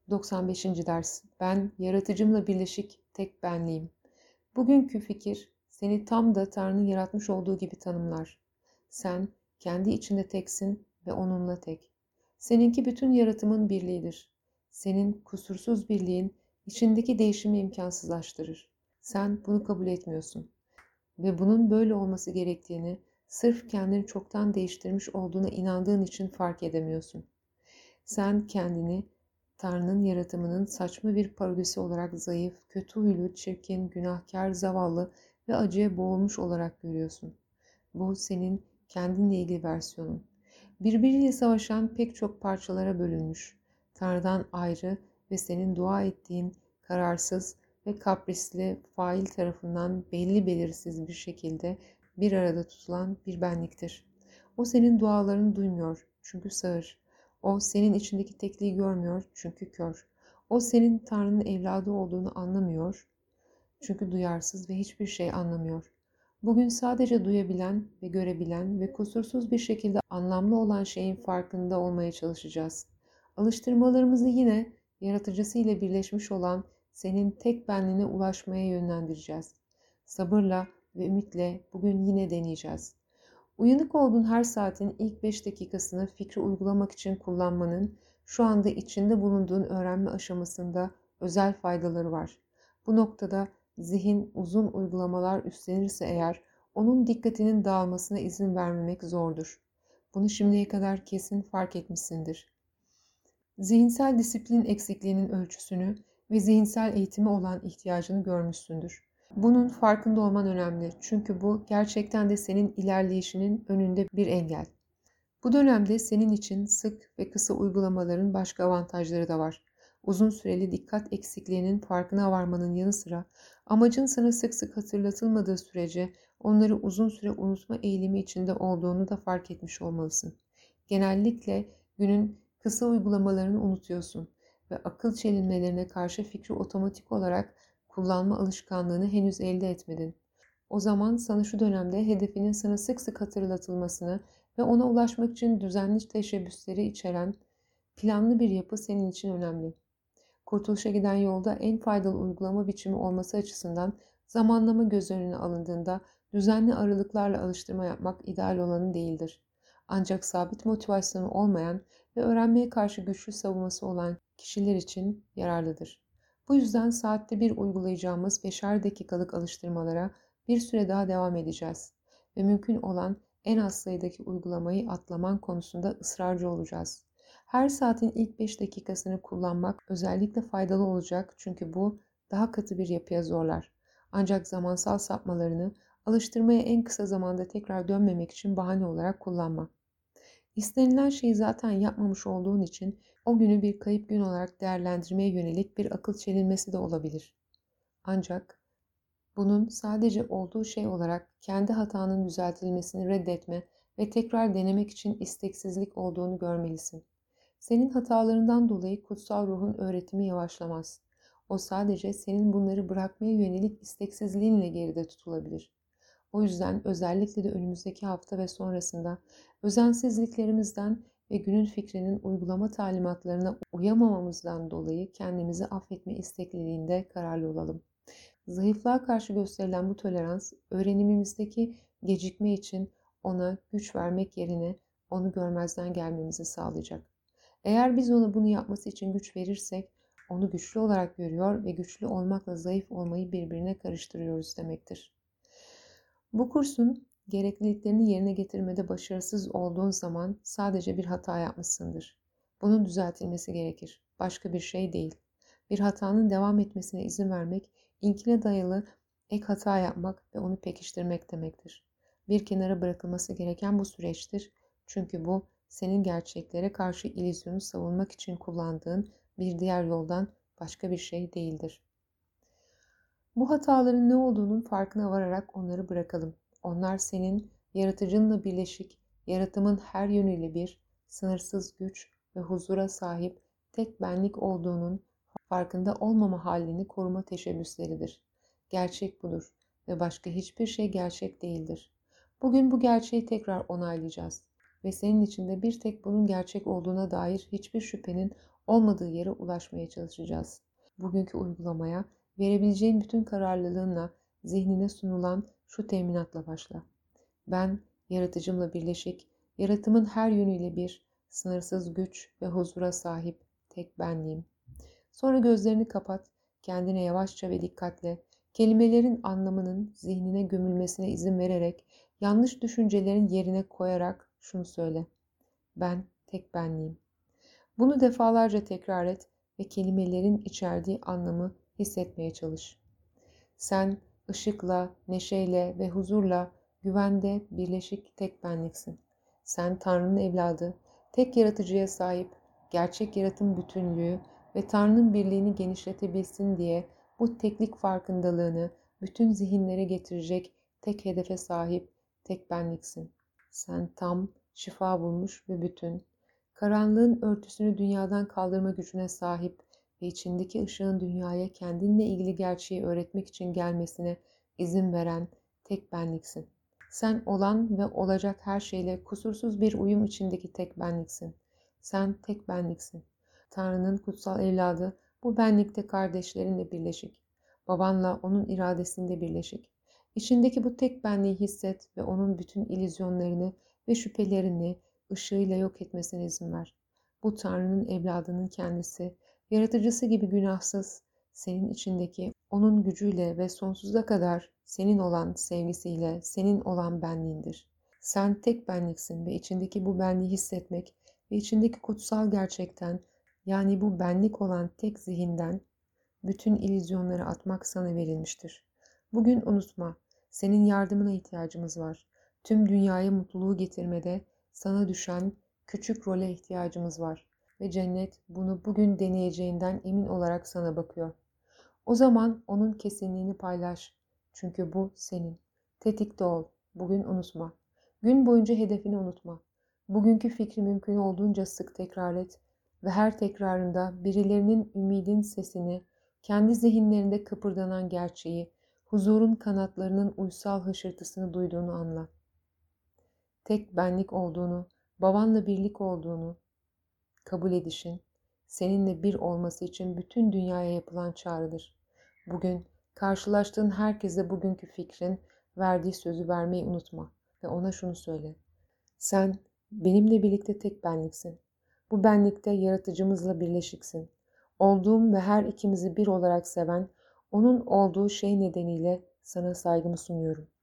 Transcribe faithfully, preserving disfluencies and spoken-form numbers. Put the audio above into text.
doksan beşinci ders. Ben yaratıcımla birleşik tek benliğim. Bugünkü fikir seni tam da Tanrı'nın yaratmış olduğu gibi tanımlar. Sen kendi içinde teksin ve onunla tek. Seninki bütün yaratımın birliğidir. Senin kusursuz birliğin içindeki değişimi imkansızlaştırır. Sen bunu kabul etmiyorsun ve bunun böyle olması gerektiğini sırf kendini çoktan değiştirmiş olduğuna inandığın için fark edemiyorsun. Sen kendini Tanrı'nın yaratımının saçma bir parodisi olarak zayıf, kötü huylu, çirkin, günahkar, zavallı ve acıya boğulmuş olarak görüyorsun. Bu senin kendinle ilgili versiyonun. Birbiriyle savaşan pek çok parçalara bölünmüş, Tanrı'dan ayrı ve senin dua ettiğin kararsız ve kaprisli fail tarafından belli belirsiz bir şekilde bir arada tutulan bir benliktir. O senin dualarını duymuyor çünkü sağır. O senin içindeki tekliği görmüyor çünkü kör. O senin Tanrı'nın evladı olduğunu anlamıyor çünkü duyarsız ve hiçbir şey anlamıyor. Bugün sadece duyabilen ve görebilen ve kusursuz bir şekilde anlamlı olan şeyin farkında olmaya çalışacağız. Alıştırmalarımızı yine yaratıcısı ile birleşmiş olan senin tek benliğine ulaşmaya yönlendireceğiz. Sabırla ve ümitle bugün yine deneyeceğiz. Uyanık olduğun her saatin ilk beş dakikasını fikri uygulamak için kullanmanın şu anda içinde bulunduğun öğrenme aşamasında özel faydaları var. Bu noktada zihin uzun uygulamalar üstlenirse eğer onun dikkatinin dağılmasına izin vermemek zordur. Bunu şimdiye kadar kesin fark etmişsindir. Zihinsel disiplin eksikliğinin ölçüsünü ve zihinsel eğitime olan ihtiyacını görmüşsündür. Bunun farkında olman önemli çünkü bu gerçekten de senin ilerleyişinin önünde bir engel. Bu dönemde senin için sık ve kısa uygulamaların başka avantajları da var. Uzun süreli dikkat eksikliğinin farkına varmanın yanı sıra amacın sana sık sık hatırlatılmadığı sürece onları uzun süre unutma eğilimi içinde olduğunu da fark etmiş olmalısın. Genellikle günün kısa uygulamalarını unutuyorsun ve akıl çelinmelerine karşı fikri otomatik olarak kullanma alışkanlığını henüz elde etmedin. O zaman sana şu dönemde hedefinin sana sık sık hatırlatılmasını ve ona ulaşmak için düzenli teşebbüsleri içeren planlı bir yapı senin için önemli. Kurtuluşa giden yolda en faydalı uygulama biçimi olması açısından zamanlama göz önüne alındığında düzenli aralıklarla alıştırma yapmak ideal olanı değildir. Ancak sabit motivasyonu olmayan ve öğrenmeye karşı güçlü savunması olan kişiler için yararlıdır. Bu yüzden saatte bir uygulayacağımız beşer dakikalık alıştırmalara bir süre daha devam edeceğiz ve mümkün olan en az sayıdaki uygulamayı atlaman konusunda ısrarcı olacağız. Her saatin ilk beş dakikasını kullanmak özellikle faydalı olacak çünkü bu daha katı bir yapıya zorlar. Ancak zamansal sapmalarını alıştırmaya en kısa zamanda tekrar dönmemek için bahane olarak kullanma. İstenilen şeyi zaten yapmamış olduğun için o günü bir kayıp gün olarak değerlendirmeye yönelik bir akıl çelinmesi de olabilir. Ancak bunun sadece olduğu şey olarak kendi hatanın düzeltilmesini reddetme ve tekrar denemek için isteksizlik olduğunu görmelisin. Senin hatalarından dolayı kutsal ruhun öğretimi yavaşlamaz. O sadece senin bunları bırakmaya yönelik isteksizliğinle geride tutulabilir. O yüzden özellikle de önümüzdeki hafta ve sonrasında özensizliklerimizden ve günün fikrinin uygulama talimatlarına uyamamamızdan dolayı kendimizi affetme istekliliğinde kararlı olalım. Zayıflığa karşı gösterilen bu tolerans, öğrenimimizdeki gecikme için ona güç vermek yerine onu görmezden gelmemizi sağlayacak. Eğer biz ona bunu yapması için güç verirsek, onu güçlü olarak görüyor ve güçlü olmakla zayıf olmayı birbirine karıştırıyoruz demektir. Bu kursun gerekliliklerini yerine getirmede başarısız olduğun zaman sadece bir hata yapmışsındır. Bunun düzeltilmesi gerekir. Başka bir şey değil. Bir hatanın devam etmesine izin vermek, ilkine dayalı ek hata yapmak ve onu pekiştirmek demektir. Bir kenara bırakılması gereken bu süreçtir. Çünkü bu senin gerçeklere karşı illüzyonu savunmak için kullandığın bir diğer yoldan başka bir şey değildir. Bu hataların ne olduğunun farkına vararak onları bırakalım. Onlar senin yaratıcınla birleşik, yaratımın her yönüyle bir, sınırsız güç ve huzura sahip tek benlik olduğunun farkında olmama halini koruma teşebbüsleridir. Gerçek budur ve başka hiçbir şey gerçek değildir. Bugün bu gerçeği tekrar onaylayacağız ve senin içinde bir tek bunun gerçek olduğuna dair hiçbir şüphenin olmadığı yere ulaşmaya çalışacağız. Bugünkü uygulamaya verebileceğin bütün kararlılığınla zihnine sunulan şu teminatla başla. Ben yaratıcımla birleşik, yaratımın her yönüyle bir, sınırsız güç ve huzura sahip tek benliğim. Sonra gözlerini kapat, kendine yavaşça ve dikkatle kelimelerin anlamının zihnine gömülmesine izin vererek, yanlış düşüncelerin yerine koyarak şunu söyle. Ben tek benliğim. Bunu defalarca tekrar et ve kelimelerin içerdiği anlamı hissetmeye çalış. Sen ışıkla, neşeyle ve huzurla güvende birleşik tek benliksin. Sen Tanrı'nın evladı, tek yaratıcıya sahip, gerçek yaratım bütünlüğü ve Tanrı'nın birliğini genişletebilsin diye bu teklik farkındalığını bütün zihinlere getirecek tek hedefe sahip tek benliksin. Sen tam, şifa bulmuş ve bütün, karanlığın örtüsünü dünyadan kaldırma gücüne sahip ve içindeki ışığın dünyaya kendinle ilgili gerçeği öğretmek için gelmesine izin veren tek benliksin. Sen olan ve olacak her şeyle kusursuz bir uyum içindeki tek benliksin. Sen tek benliksin. Tanrı'nın kutsal evladı bu benlikte kardeşlerinle birleşik. Babanla onun iradesinde birleşik. İçindeki bu tek benliği hisset ve onun bütün illüzyonlarını ve şüphelerini ışığıyla yok etmesine izin ver. Bu Tanrı'nın evladının kendisi, yaratıcısı gibi günahsız, senin içindeki onun gücüyle ve sonsuza kadar senin olan sevgisiyle senin olan benliğindir. Sen tek benliksin ve içindeki bu benliği hissetmek ve içindeki kutsal gerçekten, yani bu benlik olan tek zihinden bütün illüzyonları atmak sana verilmiştir. Bugün unutma, senin yardımına ihtiyacımız var. Tüm dünyaya mutluluğu getirmede sana düşen küçük role ihtiyacımız var. Ve cennet bunu bugün deneyeceğinden emin olarak sana bakıyor. O zaman onun kesinliğini paylaş. Çünkü bu senin. Tetikte ol. Bugün unutma. Gün boyunca hedefini unutma. Bugünkü fikri mümkün olduğunca sık tekrar et ve her tekrarında birilerinin ümidin sesini, kendi zihinlerinde kıpırdanan gerçeği, huzurun kanatlarının uysal hışırtısını duyduğunu anla. Tek benlik olduğunu, babanla birlik olduğunu kabul edişin, seninle bir olması için bütün dünyaya yapılan çağrıdır. Bugün karşılaştığın herkese bugünkü fikrin verdiği sözü vermeyi unutma ve ona şunu söyle. Sen benimle birlikte tek benliksin. Bu benlikte yaratıcımızla birleşiksin. Olduğum ve her ikimizi bir olarak seven, onun olduğu şey nedeniyle sana saygımı sunuyorum.